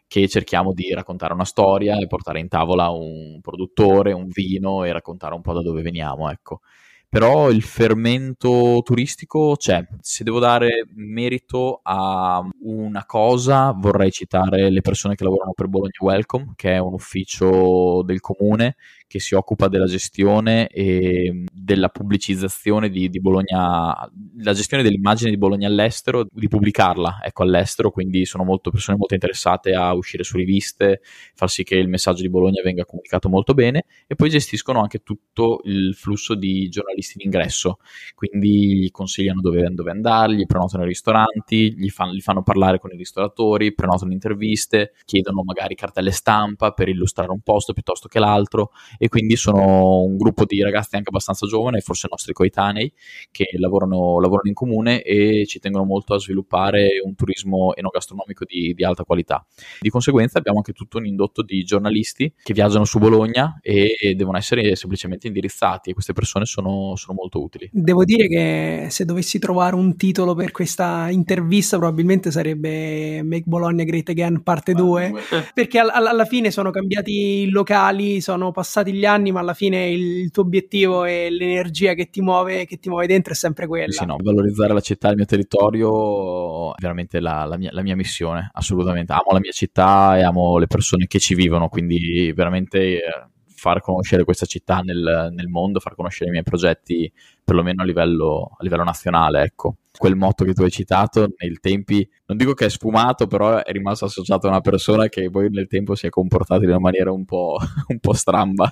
che cerchiamo di raccontare una storia e portare in tavola un produttore, un vino e raccontare un po' da dove veniamo, ecco. Però il fermento turistico c'è. Se devo dare merito a una cosa, vorrei citare le persone che lavorano per Bologna Welcome, che è un ufficio del comune che si occupa della gestione e della pubblicizzazione di Bologna, la gestione dell'immagine di Bologna all'estero, di pubblicarla, ecco, all'estero, quindi sono persone molto interessate a uscire su riviste, far sì che il messaggio di Bologna venga comunicato molto bene, e poi gestiscono anche tutto il flusso di giornalisti in ingresso, quindi gli consigliano dove andare, gli prenotano i ristoranti, gli fanno parlare con i ristoratori, prenotano interviste, chiedono magari cartelle stampa per illustrare un posto piuttosto che l'altro, e quindi sono un gruppo di ragazzi anche abbastanza giovani, forse nostri coetanei, che lavorano in comune e ci tengono molto a sviluppare un turismo enogastronomico di alta qualità. Di conseguenza abbiamo anche tutto un indotto di giornalisti che viaggiano su Bologna e devono essere semplicemente indirizzati, e queste persone sono molto utili. Devo dire che se dovessi trovare un titolo per questa intervista probabilmente sarebbe Make Bologna Great Again parte 2, perché alla fine sono cambiati i locali, sono passati gli anni, ma alla fine il tuo obiettivo e l'energia che ti muove dentro è sempre quella. Sì, no, valorizzare la città e il mio territorio è veramente la mia missione, assolutamente. Amo la mia città e amo le persone che ci vivono, quindi veramente far conoscere questa città nel mondo, far conoscere i miei progetti perlomeno a livello nazionale, ecco. Quel motto che tu hai citato nei tempi, non dico che è sfumato, però è rimasto associato a una persona che poi nel tempo si è comportata in una maniera un po' stramba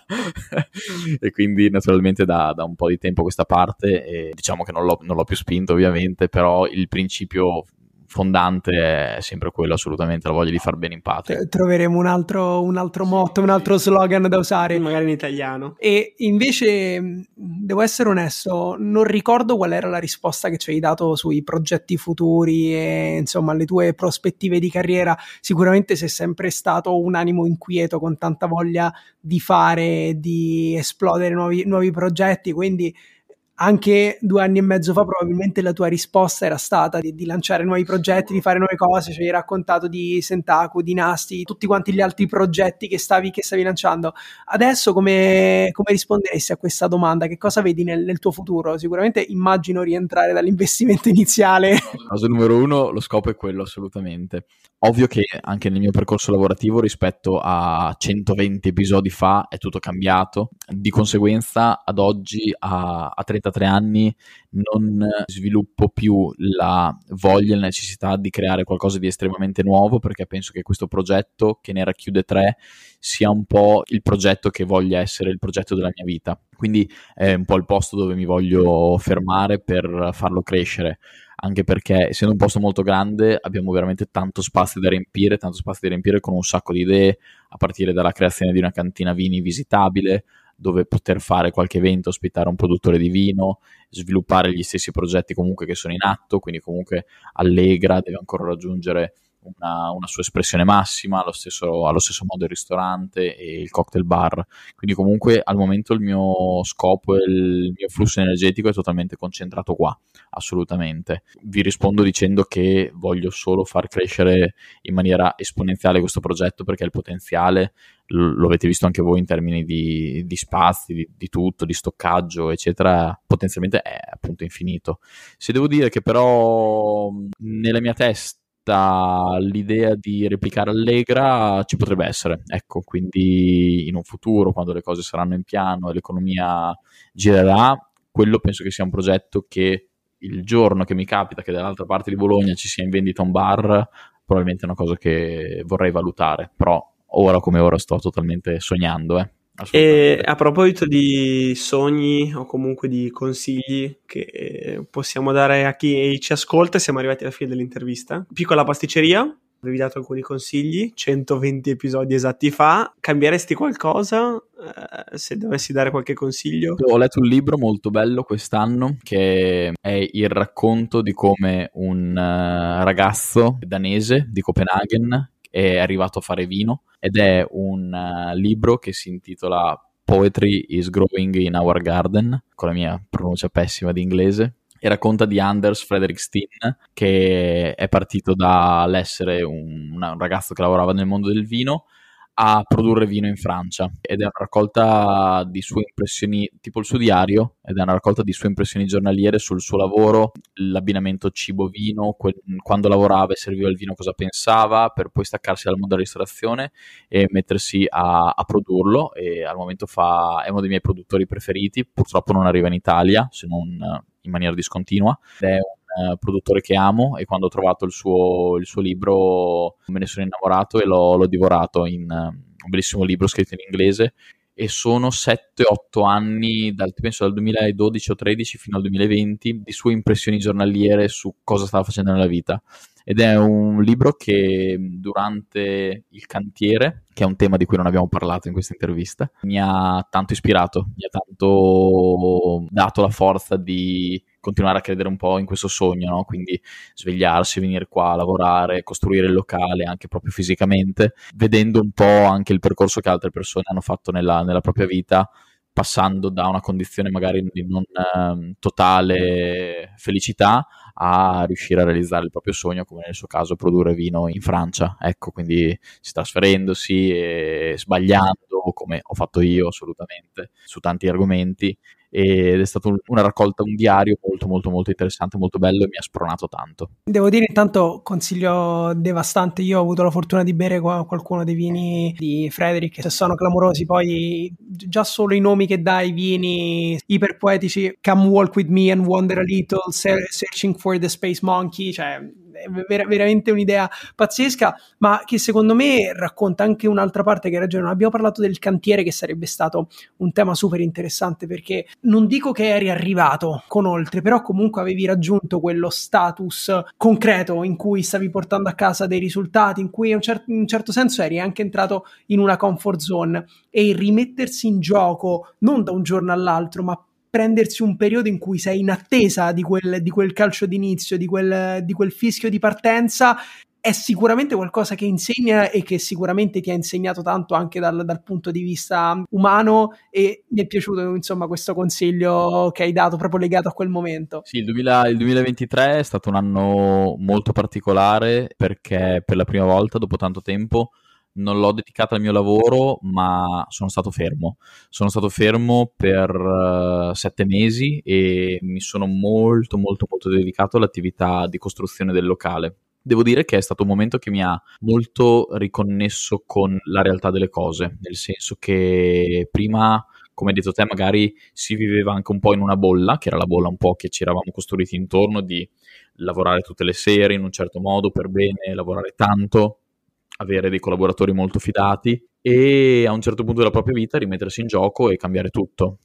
e quindi naturalmente da un po' di tempo a questa parte, e diciamo che non l'ho più spinto ovviamente, però il principio fondante è sempre quello, assolutamente, la voglia di far bene in patria. Troveremo un altro motto, un altro slogan da usare, magari in italiano. E invece devo essere onesto, non ricordo qual era la risposta che ci hai dato sui progetti futuri e insomma le tue prospettive di carriera. Sicuramente sei sempre stato un animo inquieto, con tanta voglia di fare, di esplodere nuovi progetti, quindi anche 2 anni e mezzo fa probabilmente la tua risposta era stata di lanciare nuovi progetti, di fare nuove cose. Ci hai raccontato di Sentaku, di Nasti, tutti quanti gli altri progetti che stavi lanciando. Adesso come risponderesti a questa domanda? Che cosa vedi nel tuo futuro? Sicuramente immagino rientrare dall'investimento iniziale. Cosa numero 1, lo scopo è quello, assolutamente. Ovvio che anche nel mio percorso lavorativo rispetto a 120 episodi fa è tutto cambiato, di conseguenza ad oggi a 33 anni non sviluppo più la voglia e la necessità di creare qualcosa di estremamente nuovo, perché penso che questo progetto, che ne racchiude 3, sia un po' il progetto che voglia essere il progetto della mia vita, quindi è un po' il posto dove mi voglio fermare per farlo crescere, anche perché essendo un posto molto grande abbiamo veramente tanto spazio da riempire con un sacco di idee, a partire dalla creazione di una cantina vini visitabile, dove poter fare qualche evento, ospitare un produttore di vino, sviluppare gli stessi progetti comunque che sono in atto, quindi comunque Allegra deve ancora raggiungere una sua espressione massima, allo stesso modo il ristorante e il cocktail bar, quindi comunque al momento il mio scopo e il mio flusso energetico è totalmente concentrato qua, assolutamente. Vi rispondo dicendo che voglio solo far crescere in maniera esponenziale questo progetto, perché il potenziale lo avete visto anche voi in termini di spazi, di tutto, di stoccaggio eccetera, potenzialmente è appunto infinito. Se devo dire che però nella mia testa l'idea di replicare Allegra ci potrebbe essere, ecco, quindi in un futuro, quando le cose saranno in piano e l'economia girerà, quello penso che sia un progetto che il giorno che mi capita che dall'altra parte di Bologna ci sia in vendita un bar, probabilmente è una cosa che vorrei valutare, però ora come ora sto totalmente sognando, E a proposito di sogni o comunque di consigli che possiamo dare a chi ci ascolta, siamo arrivati alla fine dell'intervista. Piccola pasticceria, avevi dato alcuni consigli 120 episodi esatti fa. Cambieresti qualcosa se dovessi dare qualche consiglio? Ho letto un libro molto bello quest'anno che è il racconto di come un ragazzo danese di Copenaghen è arrivato a fare vino, ed è un libro che si intitola Poetry is Growing in Our Garden, con la mia pronuncia pessima di inglese, e racconta di Anders Fredrik Steen, che è partito dall'essere un ragazzo che lavorava nel mondo del vino a produrre vino in Francia, ed è una raccolta di sue impressioni, tipo il suo diario, ed è una raccolta di sue impressioni giornaliere sul suo lavoro, l'abbinamento cibo-vino, quando lavorava e serviva il vino cosa pensava, per poi staccarsi dal mondo della ristorazione e mettersi a produrlo, e al momento è uno dei miei produttori preferiti. Purtroppo non arriva in Italia, se non in maniera discontinua, ed è un produttore che amo, e quando ho trovato il suo libro me ne sono innamorato e l'ho divorato, in un bellissimo libro scritto in inglese, e sono 7-8 anni, penso dal 2012 o 13 fino al 2020, di sue impressioni giornaliere su cosa stava facendo nella vita. Ed è un libro che durante il cantiere, che è un tema di cui non abbiamo parlato in questa intervista, mi ha tanto ispirato, mi ha tanto dato la forza di continuare a credere un po' in questo sogno, no? Quindi svegliarsi, venire qua a lavorare, costruire il locale anche proprio fisicamente, vedendo un po' anche il percorso che altre persone hanno fatto nella propria vita, passando da una condizione magari di non totale felicità a riuscire a realizzare il proprio sogno, come nel suo caso produrre vino in Francia. Ecco, quindi trasferendosi e sbagliando, come ho fatto io assolutamente, su tanti argomenti, ed è stata una raccolta, un diario molto molto molto interessante, molto bello, e mi ha spronato tanto. Devo dire intanto consiglio devastante, io ho avuto la fortuna di bere qualcuno dei vini di Frederick, se sono clamorosi, poi già solo i nomi che dai, vini iperpoetici, Come Walk With Me and Wander a Little, Searching for the Space Monkey, cioè è veramente un'idea pazzesca, ma che secondo me racconta anche un'altra parte, che hai ragione, non abbiamo parlato del cantiere, che sarebbe stato un tema super interessante, perché non dico che eri arrivato con oltre, però comunque avevi raggiunto quello status concreto in cui stavi portando a casa dei risultati, in cui in un certo senso eri anche entrato in una comfort zone, e il rimettersi in gioco non da un giorno all'altro, ma prendersi un periodo in cui sei in attesa di quel calcio d'inizio, di quel fischio di partenza, è sicuramente qualcosa che insegna, e che sicuramente ti ha insegnato tanto anche dal punto di vista umano, e mi è piaciuto insomma questo consiglio che hai dato proprio legato a quel momento. Sì, il 2023 è stato un anno molto particolare, perché per la prima volta dopo tanto tempo non l'ho dedicato al mio lavoro, ma sono stato fermo. Sono stato fermo per 7 mesi e mi sono molto molto molto dedicato all'attività di costruzione del locale. Devo dire che è stato un momento che mi ha molto riconnesso con la realtà delle cose, nel senso che prima, come hai detto te, magari si viveva anche un po' in una bolla, che era la bolla un po' che ci eravamo costruiti intorno, di lavorare tutte le sere in un certo modo per bene, lavorare tanto, avere dei collaboratori molto fidati, e a un certo punto della propria vita rimettersi in gioco e cambiare tutto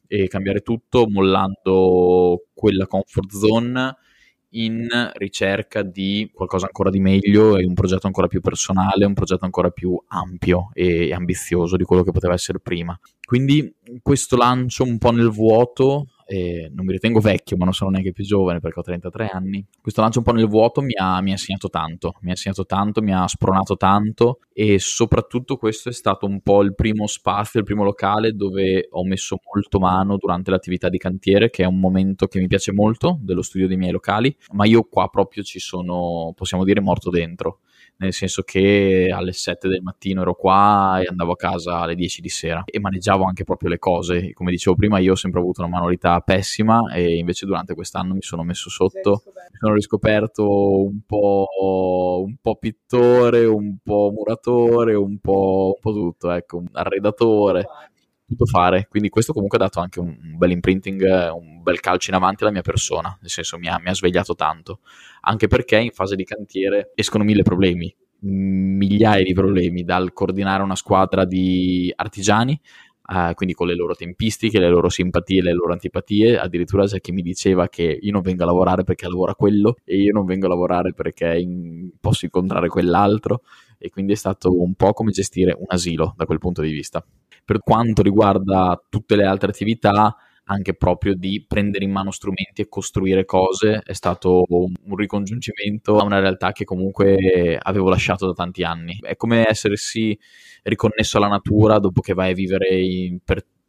mollando quella comfort zone in ricerca di qualcosa ancora di meglio, e un progetto ancora più personale, un progetto ancora più ampio e ambizioso di quello che poteva essere prima. Quindi questo lancio un po' nel vuoto, non mi ritengo vecchio, ma non sono neanche più giovane perché ho 33 anni, questo lancio un po' nel vuoto mi ha insegnato tanto, mi ha spronato tanto, e soprattutto questo è stato un po' il primo spazio, il primo locale dove ho messo molto mano durante l'attività di cantiere, che è un momento che mi piace molto dello studio dei miei locali, ma io qua proprio ci sono, possiamo dire, morto dentro, nel senso che alle 7 del mattino ero qua e andavo a casa alle 10 di sera, e maneggiavo anche proprio le cose. Come dicevo prima, io ho sempre avuto una manualità pessima, e invece durante quest'anno mi sono messo sotto, mi sono riscoperto un po' pittore, un po' muratore, un po' tutto, ecco, un arredatore, tutto fare. Quindi questo comunque ha dato anche un bel imprinting, un bel calcio in avanti alla mia persona, nel senso mi ha svegliato tanto, anche perché in fase di cantiere escono migliaia di problemi, dal coordinare una squadra di artigiani, quindi con le loro tempistiche, le loro simpatie, le loro antipatie. Addirittura c'è chi mi diceva che io non vengo a lavorare perché lavora quello, e io non vengo a lavorare perché posso incontrare quell'altro, e quindi è stato un po' come gestire un asilo da quel punto di vista. Per quanto riguarda tutte le altre attività, anche proprio di prendere in mano strumenti e costruire cose, è stato un ricongiungimento a una realtà che comunque avevo lasciato da tanti anni. È come essersi riconnesso alla natura dopo che vai a vivere per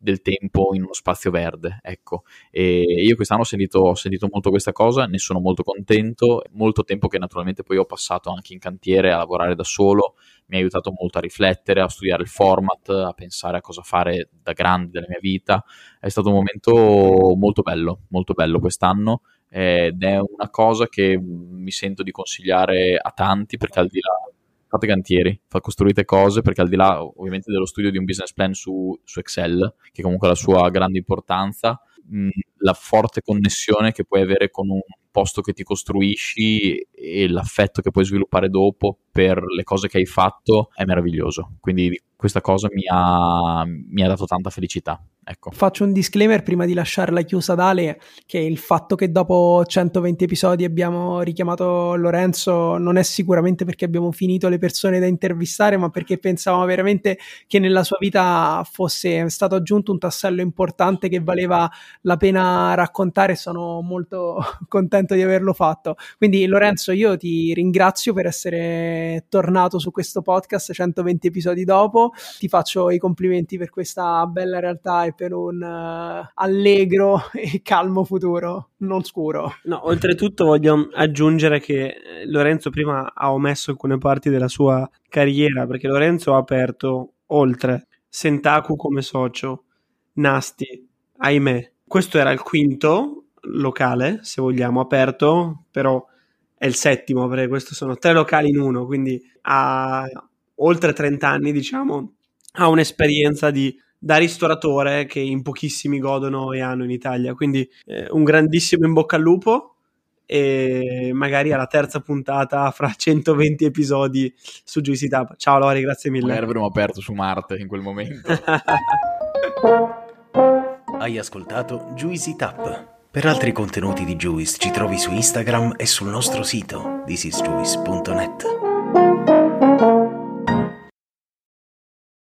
del tempo in uno spazio verde, ecco. E io quest'anno ho sentito molto questa cosa, ne sono molto contento. Molto tempo che naturalmente poi ho passato anche in cantiere a lavorare da solo mi ha aiutato molto a riflettere, a studiare il format, a pensare a cosa fare da grande della mia vita. È stato un momento molto bello quest'anno, ed è una cosa che mi sento di consigliare a tanti, perché al di là, fate cantieri, costruite cose, perché al di là ovviamente dello studio di un business plan su Excel, che comunque ha la sua grande importanza, la forte connessione che puoi avere con un posto che ti costruisci e l'affetto che puoi sviluppare dopo per le cose che hai fatto è meraviglioso. Quindi questa cosa mi ha dato tanta felicità. Ecco. Faccio un disclaimer prima di lasciarla chiusa ad Ale, che il fatto che dopo 120 episodi abbiamo richiamato Lorenzo non è sicuramente perché abbiamo finito le persone da intervistare, ma perché pensavamo veramente che nella sua vita fosse stato aggiunto un tassello importante che valeva la pena raccontare. Sono molto contento di averlo fatto. Quindi Lorenzo, io ti ringrazio per essere tornato su questo podcast 120 episodi dopo, ti faccio i complimenti per questa bella realtà e per un allegro e calmo futuro, non scuro. No, oltretutto voglio aggiungere che Lorenzo prima ha omesso alcune parti della sua carriera, perché Lorenzo ha aperto, oltre Sentaku come socio, Nasti, ahimè, questo era il quinto locale, se vogliamo, aperto, però è il settimo, perché questo sono 3 locali in uno, quindi ha oltre 30 anni, diciamo, ha un'esperienza da ristoratore che in pochissimi godono e hanno in Italia, quindi un grandissimo in bocca al lupo, e magari alla terza puntata fra 120 episodi su Juicy Tap. Ciao Lori, grazie mille. Magari avremmo aperto su Marte in quel momento. Hai ascoltato Juicy Tap. Per altri contenuti di Juice ci trovi su Instagram e sul nostro sito thisisjuice.net.